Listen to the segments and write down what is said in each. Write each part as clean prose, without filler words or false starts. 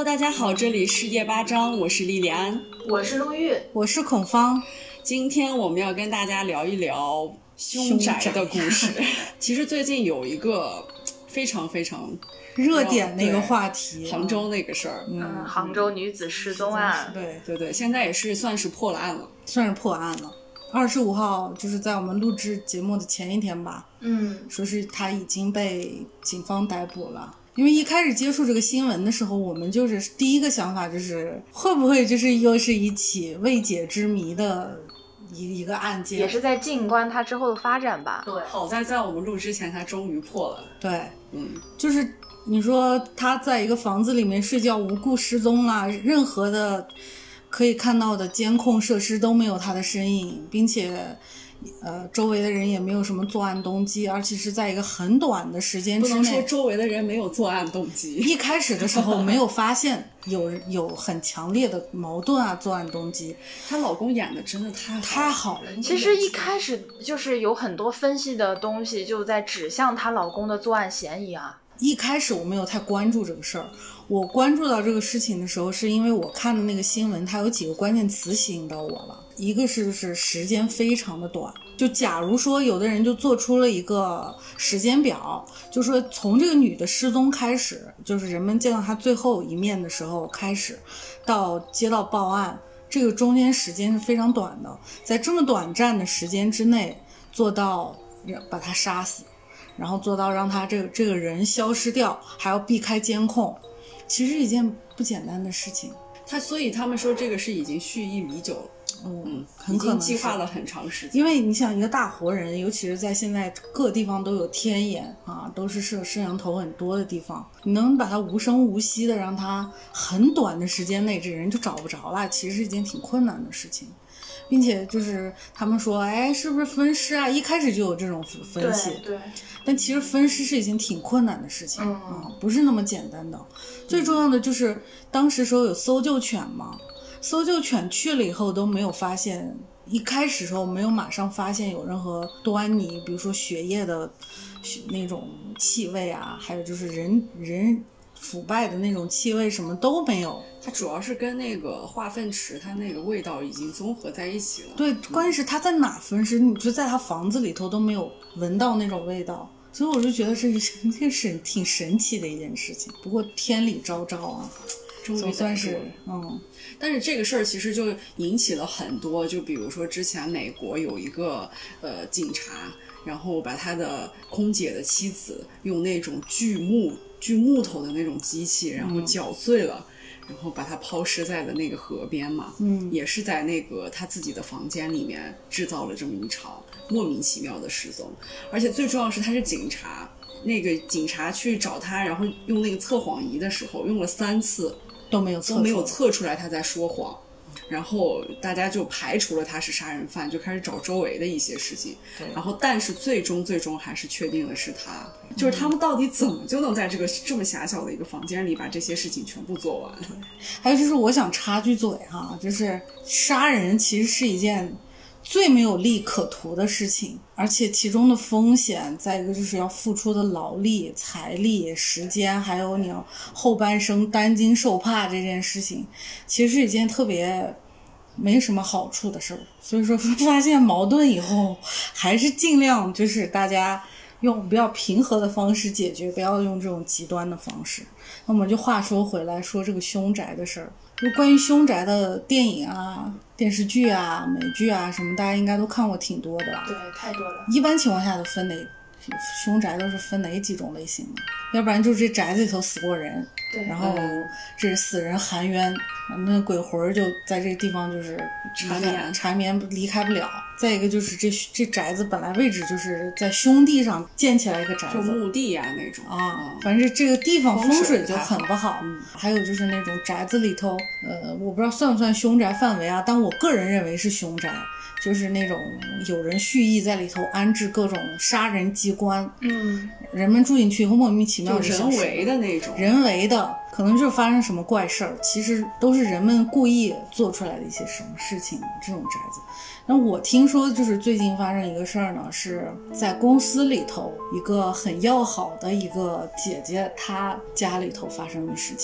大家好，这里是夜八章，我是莉莉安， 我是陆玉， 我是孔芳。 今天我们要跟大家聊一聊凶宅的故事。其实最近有一个非常热点那个话题， 杭州那个事儿， 杭州女子失踪案， 对，现在也是算是破了案了， 算是破案了。25号就是在我们录制节目的前一天吧，说是他已经被警方逮捕了。因为一开始接触这个新闻的时候，我们就是第一个想法就是会不会就是又是一起未解之谜的一个案件， 也是在静观它之后的发展吧。 对，好在我们录之前它终于破了。 对，就是你说他在一个房子里面睡觉无故失踪了，任何的可以看到的监控设施都没有他的身影，并且周围的人也没有什么作案动机，而且是在一个很短的时间之内。 不能说周围的人没有作案动机， 一开始的时候没有发现有很强烈的矛盾啊，作案动机。 她老公演的真的太好了。 其实一开始就是有很多分析的东西就在指向她老公的作案嫌疑啊。 一开始我没有太关注这个事儿，我关注到这个事情的时候，是因为我看的那个新闻，它有几个关键词吸引到我了。一个是时间非常的短，就假如说有的人就做出了一个时间表，就说从这个女的失踪开始，就是人们见到她最后一面的时候开始，到接到报案，这个中间时间是非常短的，在这么短暂的时间之内做到把她杀死，然后做到让他这个人消失掉，还要避开监控，其实是一件不简单的事情。 所以他们说这个是已经蓄意已久了， 很可能已经计划了很长时间。 因为你想一个大活人，尤其是在现在各地方都有天眼啊，都是摄像头很多的地方，你能把他无声无息的让他很短的时间内这人就找不着了，其实是一件挺困难的事情。并且就是他们说，是不是分尸啊？一开始就有这种分析， 对。 但其实分尸是一件挺困难的事情，不是那么简单的。最重要的就是当时说有搜救犬嘛，搜救犬去了以后都没有发现，一开始时候没有马上发现有任何端倪，比如说血液的那种气味啊，还有就是人腐败的那种气味什么都没有。 它主要是跟那个化粪池它那个味道已经综合在一起了。 对，关键是它在哪分尸，你就在他房子里头都没有闻到那种味道，所以我就觉得这是挺神奇的一件事情。不过天理昭昭啊，总算是但是这个事儿其实就引起了很多，就比如说之前美国有一个警察，然后把他的空姐的妻子用那种锯木头的那种机器，然后绞碎了，然后把他抛尸在了那个河边嘛，也是在那个他自己的房间里面制造了这么一场莫名其妙的失踪。而且最重要的是他是警察，那个警察去找他，然后用那个测谎仪的时候用了3次都没有测出来他在说谎，然后大家就排除了他是杀人犯，就开始找周围的一些事情，然后但是最终还是确定的是他，就是他们到底怎么就能在这么狭小的一个房间里把这些事情全部做完。 还有就是我想插句嘴哈，就是杀人其实是一件最没有利可图的事情，而且其中的风险，再一个就是要付出的劳力、财力、时间，还有你要后半生担惊受怕，这件事情其实是一件特别没什么好处的事儿。所以说发现矛盾以后，还是尽量就是大家用比较平和的方式解决，不要用这种极端的方式。那么就话说回来，说这个凶宅的事儿，就关于凶宅的电影啊、电视剧啊、美剧啊什么，大家应该都看过挺多的吧？ 对，太多了。 一般情况下都分凶宅都是分哪几种类型的？要不然就是这宅子里头死过人， 对， 然后这死人含冤，那鬼魂就在这个地方就是缠绵离开不了。再一个就是这宅子本来位置就是在兄弟上建起来一个宅子， 就墓地啊那种啊，反正这个地方风水就很不好。还有就是那种宅子里头，我不知道算不算凶宅范围啊，但我个人认为是凶宅。就是那种有人蓄意在里头安置各种杀人机关，人们住进去以后莫名其妙的人为的那种， 人为的，可能就是发生什么怪事儿，其实都是人们故意做出来的一些什么事情。这种宅子，那我听说就是最近发生一个事儿呢，是在公司里头一个很要好的一个姐姐，她家里头发生的事情。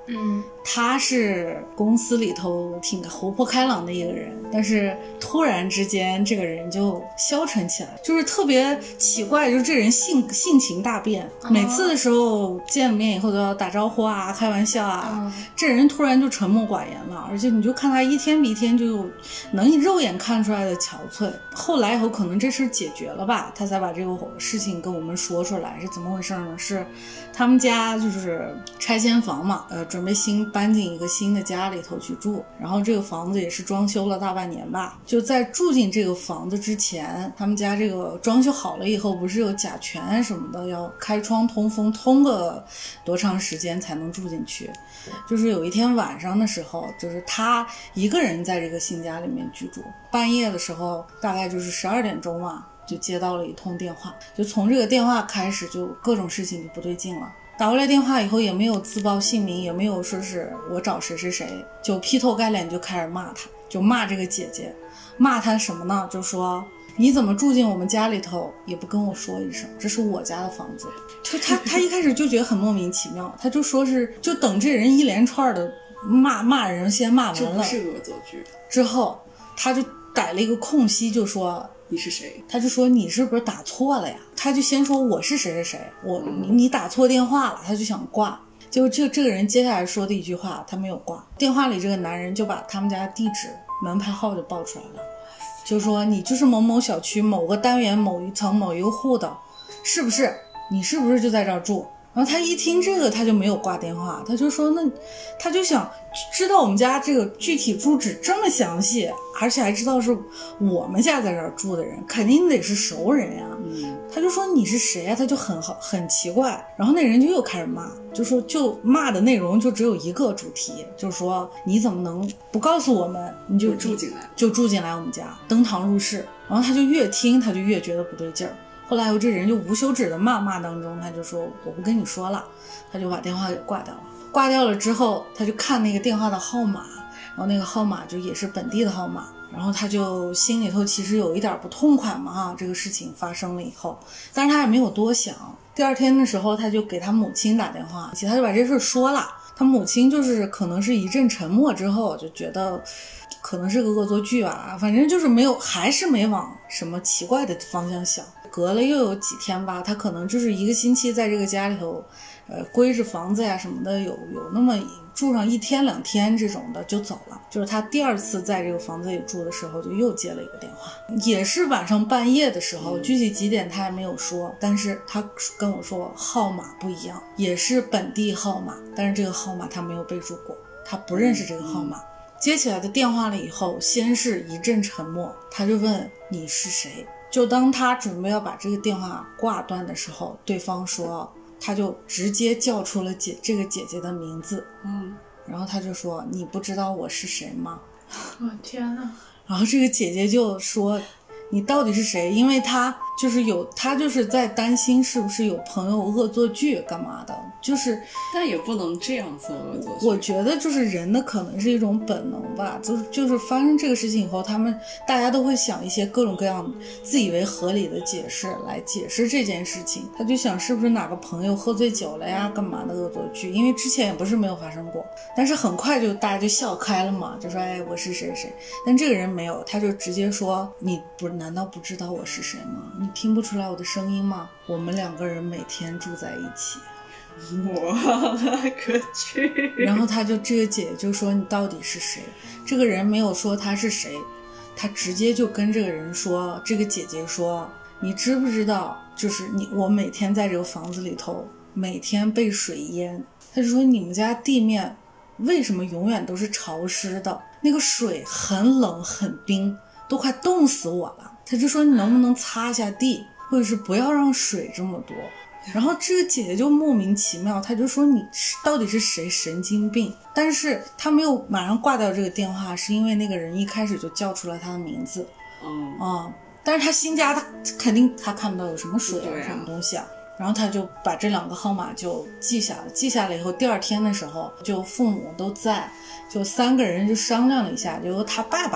他是公司里头挺活泼开朗的一个人，但是突然之间这个人就消沉起来，就是特别奇怪，就是这人性情大变，每次的时候见了面以后都要打招呼啊，开玩笑啊，这人突然就沉默寡言了，而且你就看他一天比一天就能肉眼看出来的憔悴。后来以后可能这事解决了吧，他才把这个事情跟我们说出来，是怎么回事呢？是他们家就是拆迁房嘛，准备搬进一个新的家里头去住，然后这个房子也是装修了大半年吧。就在住进这个房子之前，他们家这个装修好了以后，不是有甲醛什么的，要开窗通风，通个多长时间才能住进去。就是有一天晚上的时候，就是他一个人在这个新家里面居住，半夜的时候大概就是12点钟嘛，就接到了一通电话，就从这个电话开始就各种事情就不对劲了。打过来电话以后也没有自报姓名，也没有说是我找谁谁谁，就劈头盖脸就开始骂他，就骂这个姐姐。骂他什么呢？就说你怎么住进我们家里头也不跟我说一声，这是我家的房子。就他一开始就觉得很莫名其妙，他就说是就等这人一连串的骂人先骂完了， 这不是恶作剧。 之后他就逮了一个空隙就说你是谁？ 他就说你是不是打错了呀？他就先说我是谁谁谁，你打错电话了，他就想挂。结果这个人接下来说的一句话他没有挂，电话里这个男人就把他们家地址门牌号就报出来了，就说你就是某某小区某个单元某一层某一个户的，是不是？你是不是就在这儿住？然后他一听这个他就没有挂电话，他就说那他就想知道我们家这个具体住址这么详细，而且还知道是我们家在这儿住的人，肯定得是熟人呀。他就说你是谁啊？他就很奇怪。然后那人就又开始骂，就骂的内容就只有一个主题，就是说你怎么能不告诉我们你就住进来我们家登堂入室。然后他就越听他就越觉得不对劲儿。后来这人就无休止的骂当中，他就说我不跟你说了，他就把电话给挂掉了。挂掉了之后他就看那个电话的号码，然后那个号码就也是本地的号码，然后他就心里头其实有一点不痛快嘛，这个事情发生了以后，但是他也没有多想。第二天的时候他就给他母亲打电话，他就把这事说了。他母亲就是可能是一阵沉默之后就觉得可能是个恶作剧啊，反正就是还是没往什么奇怪的方向想。隔了又有几天吧，他可能就是一个星期在这个家里头归置房子呀什么的，有那么住上1天2天这种的就走了。就是他第二次在这个房子里住的时候就又接了一个电话，也是晚上半夜的时候，具体几点他也没有说，但是他跟我说号码不一样，也是本地号码，但是这个号码他没有备注过，他不认识这个号码。接起来的电话了以后，先是一阵沉默，他就问你是谁。就当他准备要把这个电话挂断的时候，对方说他就直接叫出了这个姐姐的名字，然后他就说你不知道我是谁吗？ 我天哪！ 然后这个姐姐就说你到底是谁？因为他就是在担心是不是有朋友恶作剧干嘛的， 但也不能这样做恶作剧。 我觉得就是人的可能是一种本能吧，就是发生这个事情以后，大家都会想一些各种各样自以为合理的解释来解释这件事情。他就想是不是哪个朋友喝醉酒了呀，干嘛的恶作剧？因为之前也不是没有发生过，但是很快就大家就笑开了嘛，就说哎我是谁谁。但这个人没有，他就直接说你难道不知道我是谁吗？你听不出来我的声音吗？我们2个人每天住在一起。 我可去。 然后这个姐姐就说你到底是谁？这个人没有说他是谁，他直接就跟这个人说，这个姐姐说你知不知道就是我每天在这个房子里头每天被水淹。他就说你们家地面为什么永远都是潮湿的，那个水很冷很冰，都快冻死我了。他就说你能不能擦一下地，或者是不要让水这么多。然后这个姐姐就莫名其妙，她就说你到底是谁，神经病。但是她没有马上挂掉这个电话，是因为那个人一开始就叫出了她的名字。但是她新家她肯定她看不到有什么水什么东西啊。然后她就把这2个号码就记下了，记下来以后第二天的时候就父母都在，就3个人就商量了一下，就由她爸爸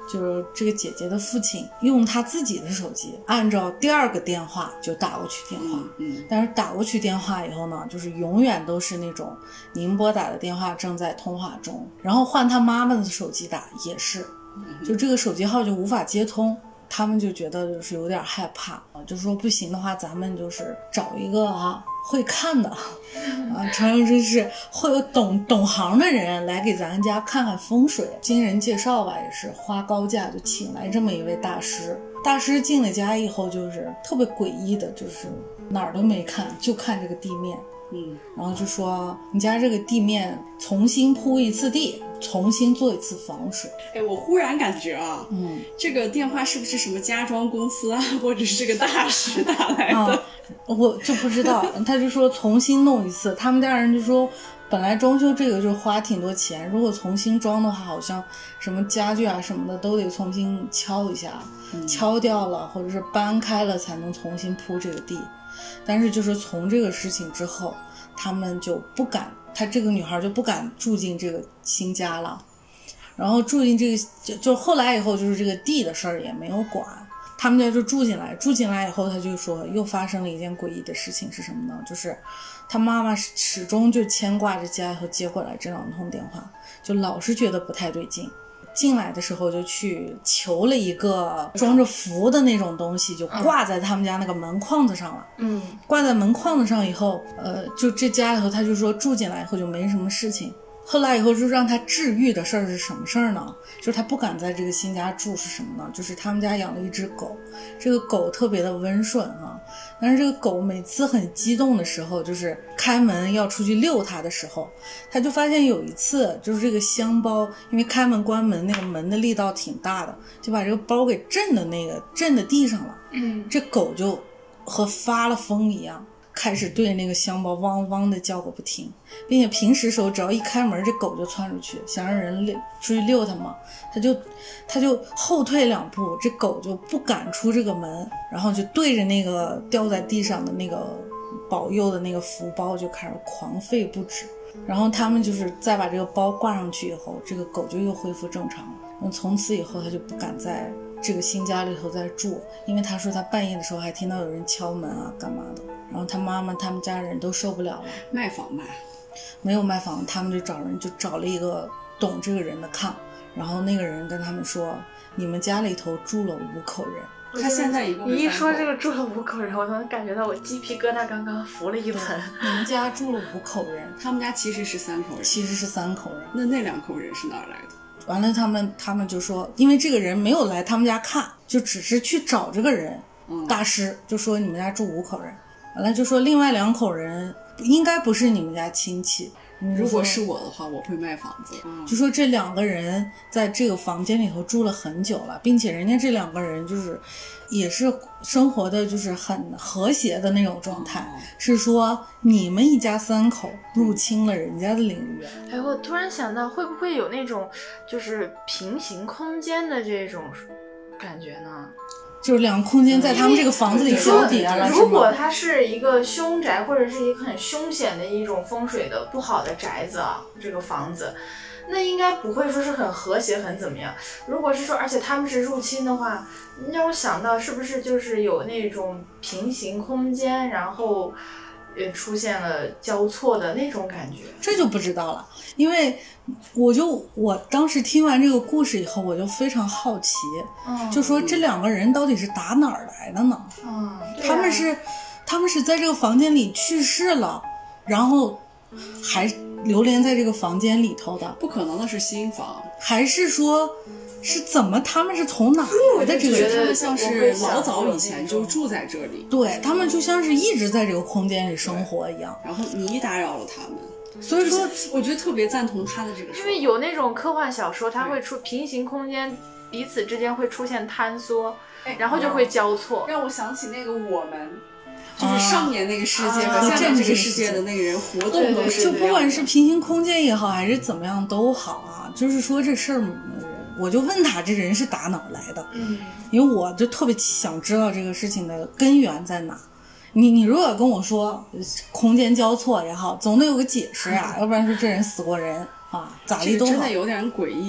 就是这个姐姐的父亲用他自己的手机按照第2个电话就打过去电话，但是打过去电话以后呢，就是永远都是那种您拨打的电话正在通话中，然后换他妈妈的手机打也是，就这个手机号就无法接通。他们就觉得就是有点害怕，就说不行的话咱们就是找一个会看的传说就是会有懂行的人来给咱家看看风水，经人介绍吧，也是花高价就请来这么一位大师。大师进了家以后就是特别诡异的，就是哪儿都没看，就看这个地面，然后就说你家这个地面重新铺一次地，重新做一次防水。 我忽然感觉这个电话是不是什么家装公司啊，或者是这个大师打来的？ 我就不知道。他就说重新弄一次，他们家人就说本来装修这个就花挺多钱，如果重新装的话，好像什么家具啊什么的都得重新敲一下，敲掉了或者是搬开了才能重新铺这个地。但是就是从这个事情之后，他们就不敢，她这个女孩就不敢住进这个新家了。然后住进这个就后来以后就是这个地的事儿也没有管，他们家就住进来以后，他就说又发生了一件诡异的事情是什么呢？就是他妈妈始终就牵挂着家以后接过来这2通电话，就老是觉得不太对劲。进来的时候就去求了一个装着符的那种东西，就挂在他们家那个门框子上了。挂在门框子上以后，就这家里头他就说住进来以后就没什么事情。后来以后就让他治愈的事儿是什么事儿呢？就是他不敢在这个新家住是什么呢？就是他们家养了一只狗，这个狗特别的温顺但是这个狗每次很激动的时候，就是开门要出去遛它的时候，他就发现有一次就是这个香包因为开门关门那个门的力道挺大的，就把这个包给震的地上了。这狗就和发了疯一样，开始对那个香包汪汪的叫个不停，并且平时时候只要一开门这狗就窜出去，想让人出去遛它嘛，他就后退2步，这狗就不敢出这个门，然后就对着那个掉在地上的那个保佑的那个符包就开始狂吠不止。然后他们就是再把这个包挂上去以后，这个狗就又恢复正常了。从此以后他就不敢在这个新家里头再住，因为他说他半夜的时候还听到有人敲门干嘛的。然后他妈妈他们家人都受不了了。 卖房吧？ 没有卖房，他们就找了一个懂这个人的看，然后那个人跟他们说你们家里头住了5口人。 他现在一共你一说这个住了5口人，我能感觉到我鸡皮疙瘩刚刚浮了一层。 你们家住了5口人， 他们家其实是3口人。 其实是3口人。 那2口人是哪儿来的？ 完了他们就说，因为这个人没有来他们家看，就只是去找这个人。大师就说你们家住5口人，完了就说另外2口人应该不是你们家亲戚。 如果是我的话，我会卖房子。 就说这2个人在这个房间里头住了很久了，并且人家这2个人就是也是生活的就是很和谐的那种状态。是说你们一家3口入侵了人家的领域。 我突然想到，会不会有那种就是平行空间的这种感觉呢？ 就是2个空间在他们这个房子里交叠了。 如果它是一个凶宅，或者是一个很凶险的一种风水的不好的宅子这个房子，那应该不会说是很和谐很怎么样。如果是说而且他们是入侵的话，让我想到是不是就是有那种平行空间，然后出现了交错的那种感觉。 这就不知道了，因为我当时听完这个故事以后，我就非常好奇，就说这2个人到底是打哪儿来的呢？他们是在这个房间里去世了，然后还流连在这个房间里头的？ 不可能的是新房， 还是说是怎么他们是从哪来的？这个人他们像是老早以前就住在这里， 对，他们就像是一直在这个空间里生活一样， 然后你打扰了他们。 所以说我觉得特别赞同他的这个说法， 因为有那种科幻小说它会出平行空间，彼此之间会出现坍缩，然后就会交错。 让我想起那个我们就是上面那个世界和下面这个世界的那个人活动都是就不管是平行空间也好还是怎么样都好就是说这事儿我就问他这人是打哪儿来的，因为我就特别想知道这个事情的根源在哪。你如果跟我说空间交错也好，总得有个解释要不然说这人死过人咋地都好。 真的有点诡异。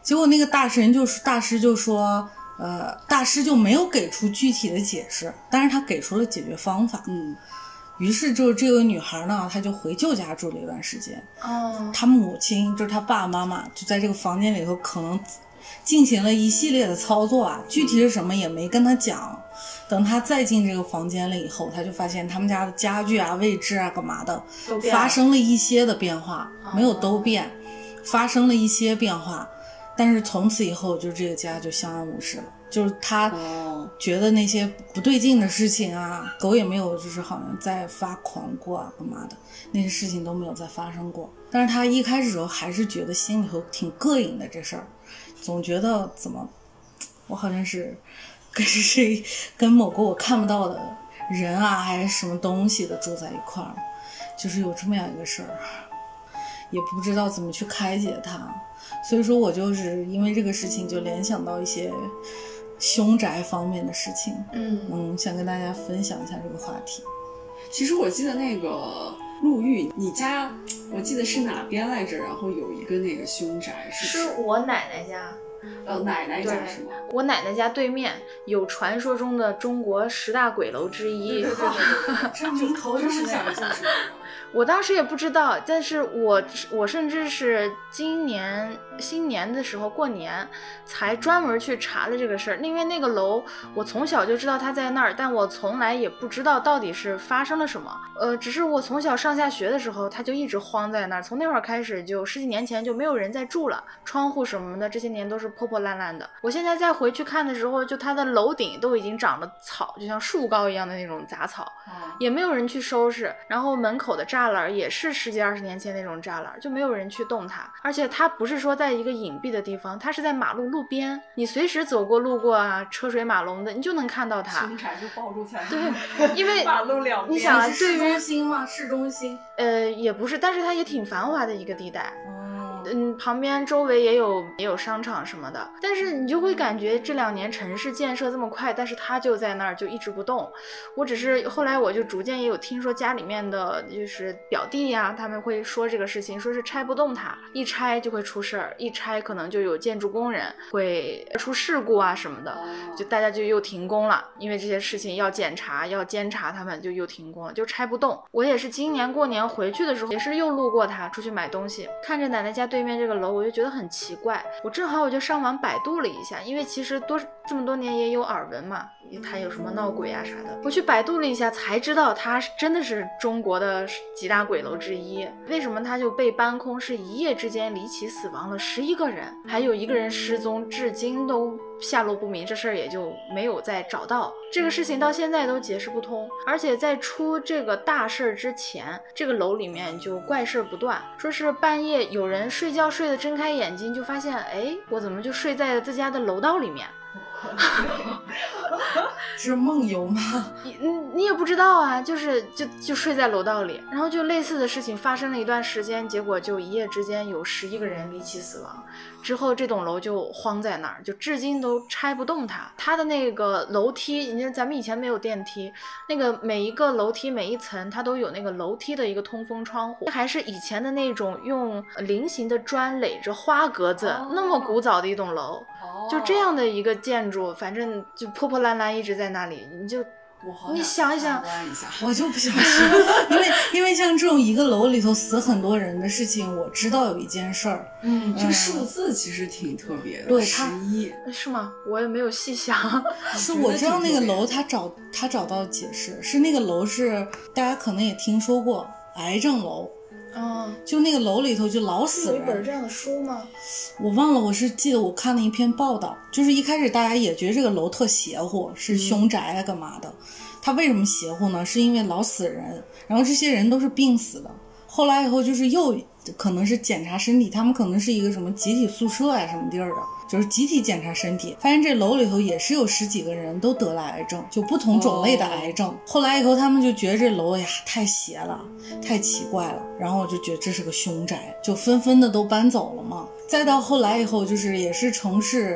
结果那个大师就说大师就没有给出具体的解释，但是他给出了解决方法。于是就这个女孩呢，她就回舅家住了一段时间。她母亲就是她爸爸妈妈就在这个房间里头可能进行了一系列的操作啊，具体是什么也没跟她讲。等她再进这个房间了以后，她就发现他们家的家具啊、位置啊、干嘛的发生了一些的变化，没有都变，发生了一些变化。但是从此以后，就这个家就相安无事了。就是他觉得那些不对劲的事情啊，狗也没有就是好像在发狂过啊干嘛的，那些事情都没有再发生过。但是他一开始的时候还是觉得心里头挺膈应的，这事儿总觉得怎么我好像是跟某个我看不到的人啊还是什么东西的住在一块儿，就是有这么样一个事儿，也不知道怎么去开解它。所以说我就是因为这个事情就联想到一些凶宅方面的事情，想跟大家分享一下这个话题。 其实我记得那个陆玉，你家我记得是哪边来着？然后有一个那个凶宅， 是我奶奶家。 奶奶家是吗？ 我奶奶家对面有传说中的中国10大鬼楼之一。 对，这名头就是那个，就是我当时也不知道，但是我甚至是今年新年的时候过年才专门去查了这个事儿，因为那个楼我从小就知道它在那儿，但我从来也不知道到底是发生了什么。只是我从小上下学的时候，它就一直荒在那儿，从那会儿开始就10几年前就没有人在住了，窗户什么的这些年都是破破烂烂的。我现在再回去看的时候，就它的楼顶都已经长了草，就像树高一样的那种杂草，也没有人去收拾。然后门口的栅栏也是10几20年前那种栅栏，就没有人去动它。而且它不是说在一个隐蔽的地方，它是在马路边，你随时走过路过啊，车水马龙的，你就能看到它。 凶宅就抱住它。 对，因为马路两边。 你想啊， 是市中心吗？市中心？ 也不是，但是它也挺繁华的一个地带。旁边周围也有商场什么的，但是你就会感觉这2年城市建设这么快，但是它就在那儿就一直不动。我只是后来我就逐渐也有听说家里面的就是表弟呀，他们会说这个事情，说是拆不动它，一拆就会出事儿，一拆可能就有建筑工人会出事故啊什么的，就大家就又停工了，因为这些事情要检查要监察，他们就又停工了，就拆不动。我也是今年过年回去的时候，也是又路过它，出去买东西，看着奶奶家对面这个楼，我就觉得很奇怪。我正好我就上网百度了一下，因为其实这么多年也有耳闻嘛，它有什么闹鬼啊啥的。我去百度了一下，才知道它真的是中国的10大鬼楼之一。为什么它就被搬空？是一夜之间离奇死亡了11个人，还有1个人失踪，至今都下落不明，这事儿也就没有再找到。这个事情到现在都解释不通，而且在出这个大事之前，这个楼里面就怪事不断，说是半夜有人睡觉睡得睁开眼睛，就发现我怎么就睡在了自家的楼道里面。 是梦游吗？ 你也不知道啊，就睡在楼道里，然后就类似的事情发生了一段时间，结果就一夜之间有11个人离奇死亡，之后这栋楼就荒在那儿，就至今都拆不动它。它的那个楼梯，你看咱们以前没有电梯，那个每一个楼梯每一层它都有那个楼梯的一个通风窗户，还是以前的那种用菱形的砖垒着花格子，那么古早的一栋楼，就这样的一个建筑，反正就破破烂烂一直在那里，你想一想， 我就不想说，因为像这种一个楼里头死很多人的事情，我知道有一件事儿， 这个数字其实挺特别的， 对 11 是吗？我也没有细想。 是我知道那个楼，他找到解释，是那个楼是大家可能也听说过癌症楼。就那个楼里头就老死人。 有一本这样的书吗？ 我忘了，我是记得我看了一篇报道，就是一开始大家也觉得这个楼特邪乎，是凶宅啊干嘛的。它为什么邪乎呢？是因为老死人，然后这些人都是病死的。后来以后就是又可能是检查身体，他们可能是一个什么集体宿舍呀什么地儿的，就是集体检查身体，发现这楼里头也是有10几个人都得了癌症，就不同种类的癌症。后来以后他们就觉得这楼呀太邪了，太奇怪了，然后就觉得这是个凶宅，就纷纷的都搬走了嘛。再到后来以后，就是也是城市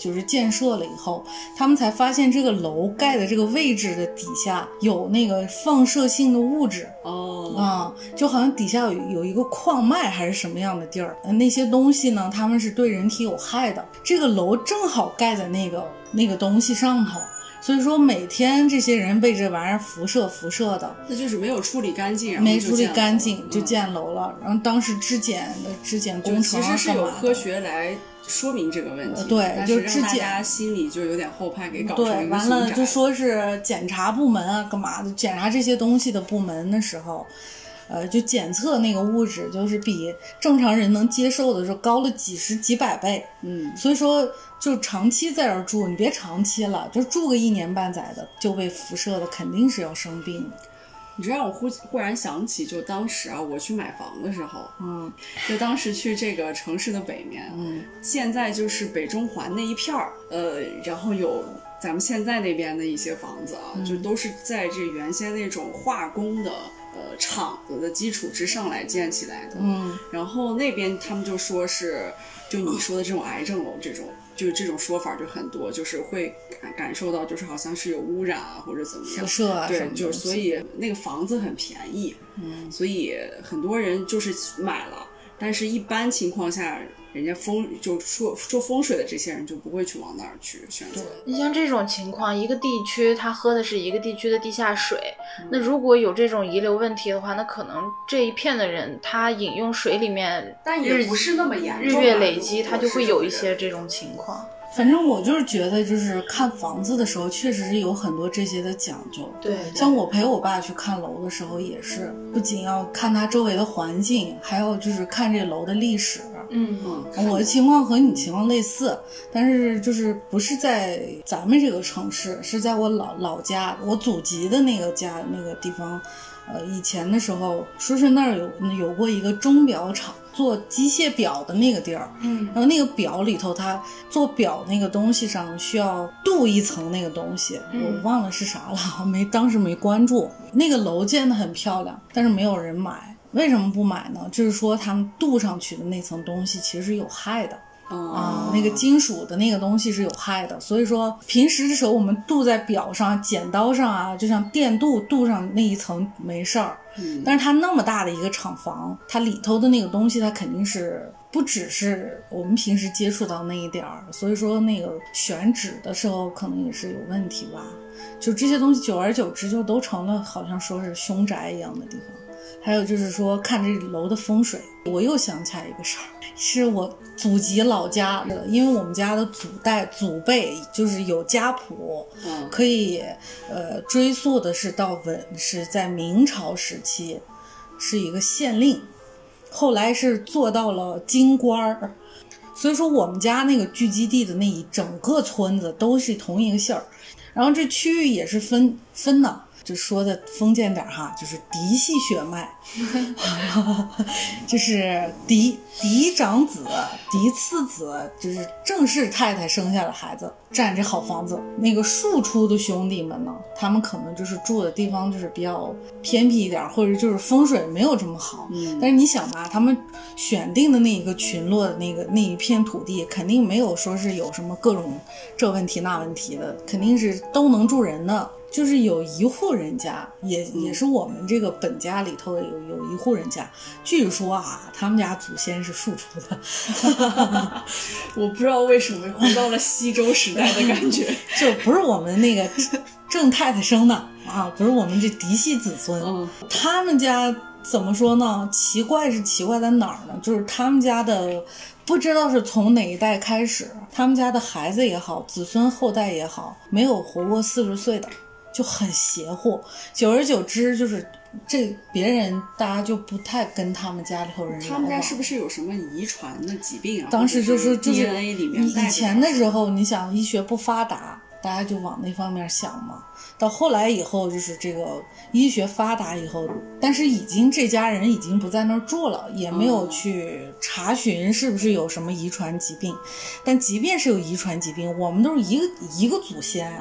就是建设了以后，他们才发现这个楼盖的这个位置的底下有那个放射性的物质。就好像底下有一个矿脉还是什么样的地儿，那些东西呢，他们是对人体有害的。这个楼正好盖在那个东西上头，所以说每天这些人被这玩意儿辐射的， 那就是没有处理干净， 没处理干净就建楼了。然后当时质检工程其实是有科学来说明这个问题， 对， 但就是让大家心里就有点后怕，给搞成一个对，完了就说是检查部门啊，干嘛的？检查这些东西的部门的时候，就检测那个物质，就是比正常人能接受的时候高了几十几百倍。所以说就长期在这儿住，你别长期了，就住个1年半载的就被辐射的，肯定是要生病的。 你知道我忽然想起，就当时啊，我去买房的时候，就当时去这个城市的北面，现在就是北中环那一片儿，然后有咱们现在那边的一些房子啊，就都是在这原先那种化工的厂子的基础之上来建起来的，然后那边他们就说是，就你说的这种癌症楼这种。就是这种说法就很多，就是会感受到就是好像是有污染啊或者怎么样， 辐射啊， 对，就是所以那个房子很便宜，所以很多人就是买了，但是一般情况下，人家就说风水的这些人就不会去往那儿去选择。 你像这种情况，一个地区他喝的是一个地区的地下水，那如果有这种遗留问题的话，那可能这一片的人他饮用水里面， 但也不是那么严重， 日月累积，他就会有一些这种情况。 反正我就是觉得，就是看房子的时候，确实是有很多这些的讲究。 对， 像我陪我爸去看楼的时候，也是不仅要看它周围的环境，还要就是看这楼的历史。我的情况和你情况类似，但是就是不是在咱们这个城市，是在我老家，我祖籍的那个家那个地方。以前的时候，说是那儿有过一个钟表厂，做机械表的那个地儿。然后那个表里头，它做表那个东西上需要镀一层那个东西，我忘了是啥了，当时没关注。那个楼建得很漂亮，但是没有人买。为什么不买呢？就是说他们镀上去的那层东西其实是有害的。那个金属的那个东西是有害的，所以说平时的时候我们镀在表上、剪刀上啊，就像电镀上那一层没事儿。但是它那么大的一个厂房，它里头的那个东西，它肯定是不只是我们平时接触到那一点儿，所以说那个选址的时候可能也是有问题吧。就这些东西久而久之就都成了好像说是凶宅一样的地方。还有就是说看这楼的风水，我又想起来一个事儿，是我祖籍老家的，因为我们家的祖辈就是有家谱，可以追溯的是是在明朝时期，是一个县令，后来是做到了京官儿，所以说我们家那个聚集地的那一整个村子都是同一个姓儿，然后这区域也是分的。就说的封建点哈，就是嫡系血脉，就是嫡长子、嫡次子，就是正室太太生下的孩子占这好房子。那个庶出的兄弟们呢，他们可能就是住的地方就是比较偏僻一点，或者就是风水没有这么好。但是你想吧，他们选定的那一个群落的那一片土地，肯定没有说是有什么各种这问题那问题的，肯定是都能住人的。就是有一户人家，也是我们这个本家里头有一户人家，据说啊，他们家祖先是庶出的。 我不知道为什么回到了西周时代的感觉， 就不是我们那个郑太太生的啊，不是我们这嫡系子孙。他们家怎么说呢？奇怪是奇怪在哪儿呢？就是他们家的。不知道是从哪一代开始，他们家的孩子也好，子孙后代也好，没有活过40岁的，就很邪乎。久而久之，就是别人大家就不太跟他们家里头人来往。 他们家是不是有什么遗传的疾病啊？ 当时就是 DNA 里面以前的时候，你想医学不发达，大家就往那方面想嘛。到后来以后，就是这个医学发达以后，但是这家人已经不在那儿住了，也没有去查询是不是有什么遗传疾病。但即便是有遗传疾病，我们都是一个祖先啊。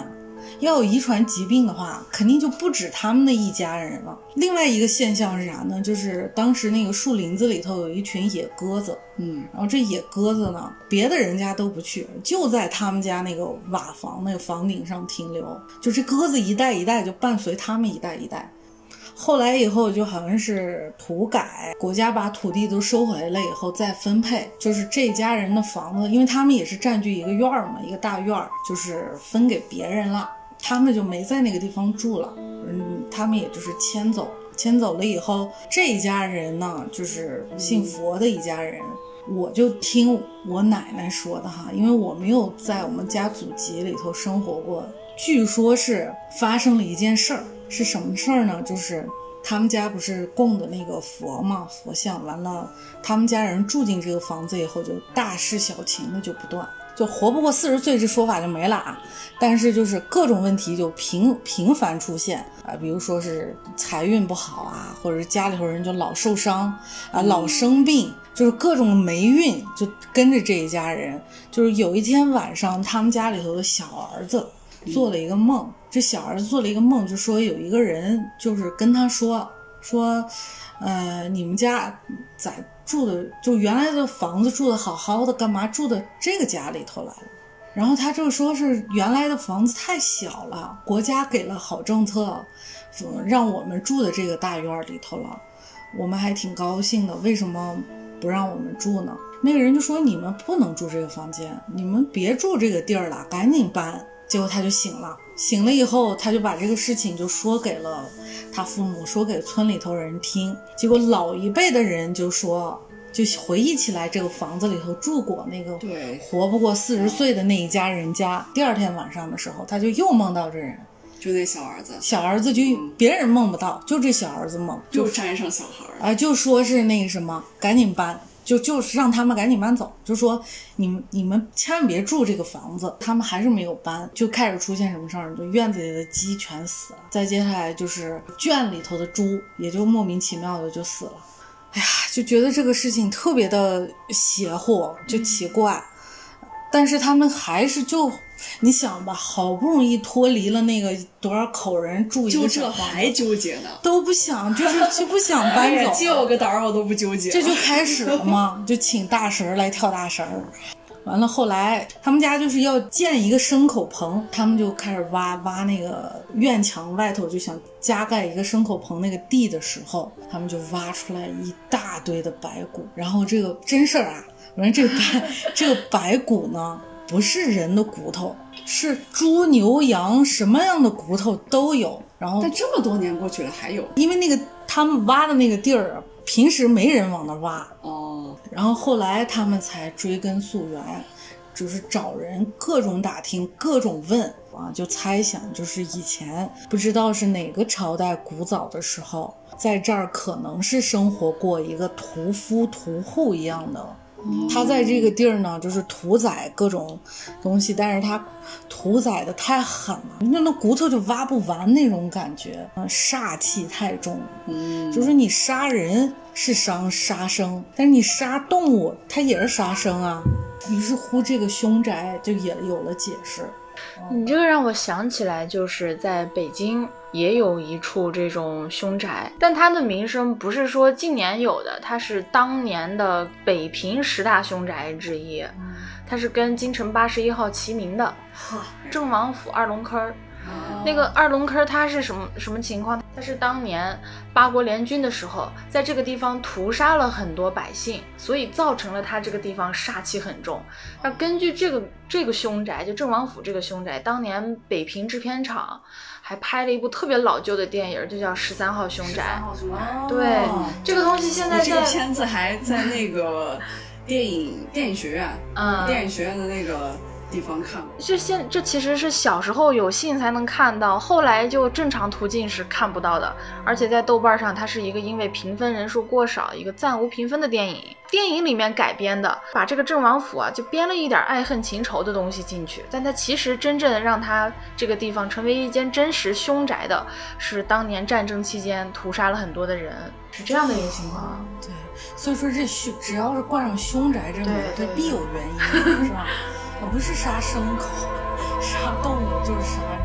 要有遗传疾病的话，肯定就不止他们的一家人了。另外一个现象是啥呢？就是当时那个树林子里头有一群野鸽子，然后这野鸽子呢，别的人家都不去，就在他们家那个瓦房那个房顶上停留，就这鸽子一代一代就伴随他们一代一代。后来以后就好像是土改，国家把土地都收回来以后再分配，就是这家人的房子，因为他们也是占据一个院嘛，一个大院，就是分给别人了，他们就没在那个地方住了，他们也就是迁走了以后，这一家人呢，就是信佛的一家人。我就听我奶奶说的哈，因为我没有在我们家祖籍里头生活过，据说是发生了一件事儿。是什么事儿呢？就是他们家不是供的那个佛嘛，佛像，完了他们家人住进这个房子以后，就大事小情的就不断，就活不过40岁这说法就没了啊。但是就是各种问题就频繁出现啊，比如说是财运不好啊，或者是家里头人就老受伤啊，老生病，就是各种霉运就跟着这一家人。就是有一天晚上，他们家里头的小儿子做了一个梦，这小儿子做了一个梦，就说有一个人就是跟他说你们家在住的就原来的房子住的好好的，干嘛住的这个家里头来了？然后他就说是原来的房子太小了，国家给了好政策，让我们住的这个大院里头了，我们还挺高兴的，为什么不让我们住呢？那个人就说你们不能住这个房间，你们别住这个地儿了，赶紧搬。结果他就醒了以后，他就把这个事情就说给了他父母，说给村里头人听。结果老一辈的人就回忆起来这个房子里头住过那个活不过40岁的那一家人家。第二天晚上的时候，他就又梦到这人， 就那小儿子就别人梦不到，就这小儿子梦， 就沾上小孩啊，就说是那个什么，赶紧搬。就是让他们赶紧搬走，就说你们千万别住这个房子。他们还是没有搬，就开始出现什么事儿，就院子里的鸡全死了，再接下来就是圈里头的猪也就莫名其妙的就死了。哎呀，就觉得这个事情特别的邪乎，就奇怪。但是他们还是你想吧，好不容易脱离了那个多少口人住一个小房子， 就这还纠结呢， 都不想，就不想搬走。 借我个胆儿，我都不纠结。 这就开始了嘛，就请大神来跳大神。完了后来他们家就是要建一个牲口棚，他们就开始挖那个院墙外头，就想加盖一个牲口棚那个地的时候，他们就挖出来一大堆的白骨。然后这个真事儿啊，完这个白骨呢不是人的骨头，是猪牛羊什么样的骨头都有。然后但这么多年过去了还有， 因为那个他们挖的那个地儿平时没人往那挖然后后来他们才追根溯源，就是找人各种打听各种问啊，就猜想就是以前不知道是哪个朝代古早的时候，在这儿可能是生活过一个屠夫屠户一样的。他在这个地儿呢，就是屠宰各种东西，但是他屠宰的太狠了，那骨头就挖不完那种感觉，煞气太重。就是你杀人是杀生，但是你杀动物它也是杀生啊。于是乎这个凶宅就也有了解释。 你这个让我想起来，就是在北京也有一处这种凶宅，但它的名声不是说近年有的，它是当年的北平10大凶宅之一，它是跟京城81号齐名的，郑王府二龙坑。那个二龙坑它是什么情况？它是当年八国联军的时候，在这个地方屠杀了很多百姓，所以造成了它这个地方煞气很重。那根据这个凶宅，就郑王府这个凶宅，当年北平制片厂还拍了一部特别老旧的电影，就叫13号凶宅。对，这个东西现在这个片子还在那个电影学院，电影学院的那个地方看过。 这其实是小时候有幸才能看到，后来就正常途径是看不到的。而且在豆瓣上，它是一个因为评分人数过少，一个暂无评分的电影。电影里面改编的，把这个郑王府啊就编了一点爱恨情仇的东西进去，但它其实真正让它这个地方成为一间真实凶宅的，是当年战争期间屠杀了很多的人，是这样的一个情况。 对，所以说这只要是冠上凶宅这名字，它必有原因，是吧？不是杀牲口，杀动物就是杀人。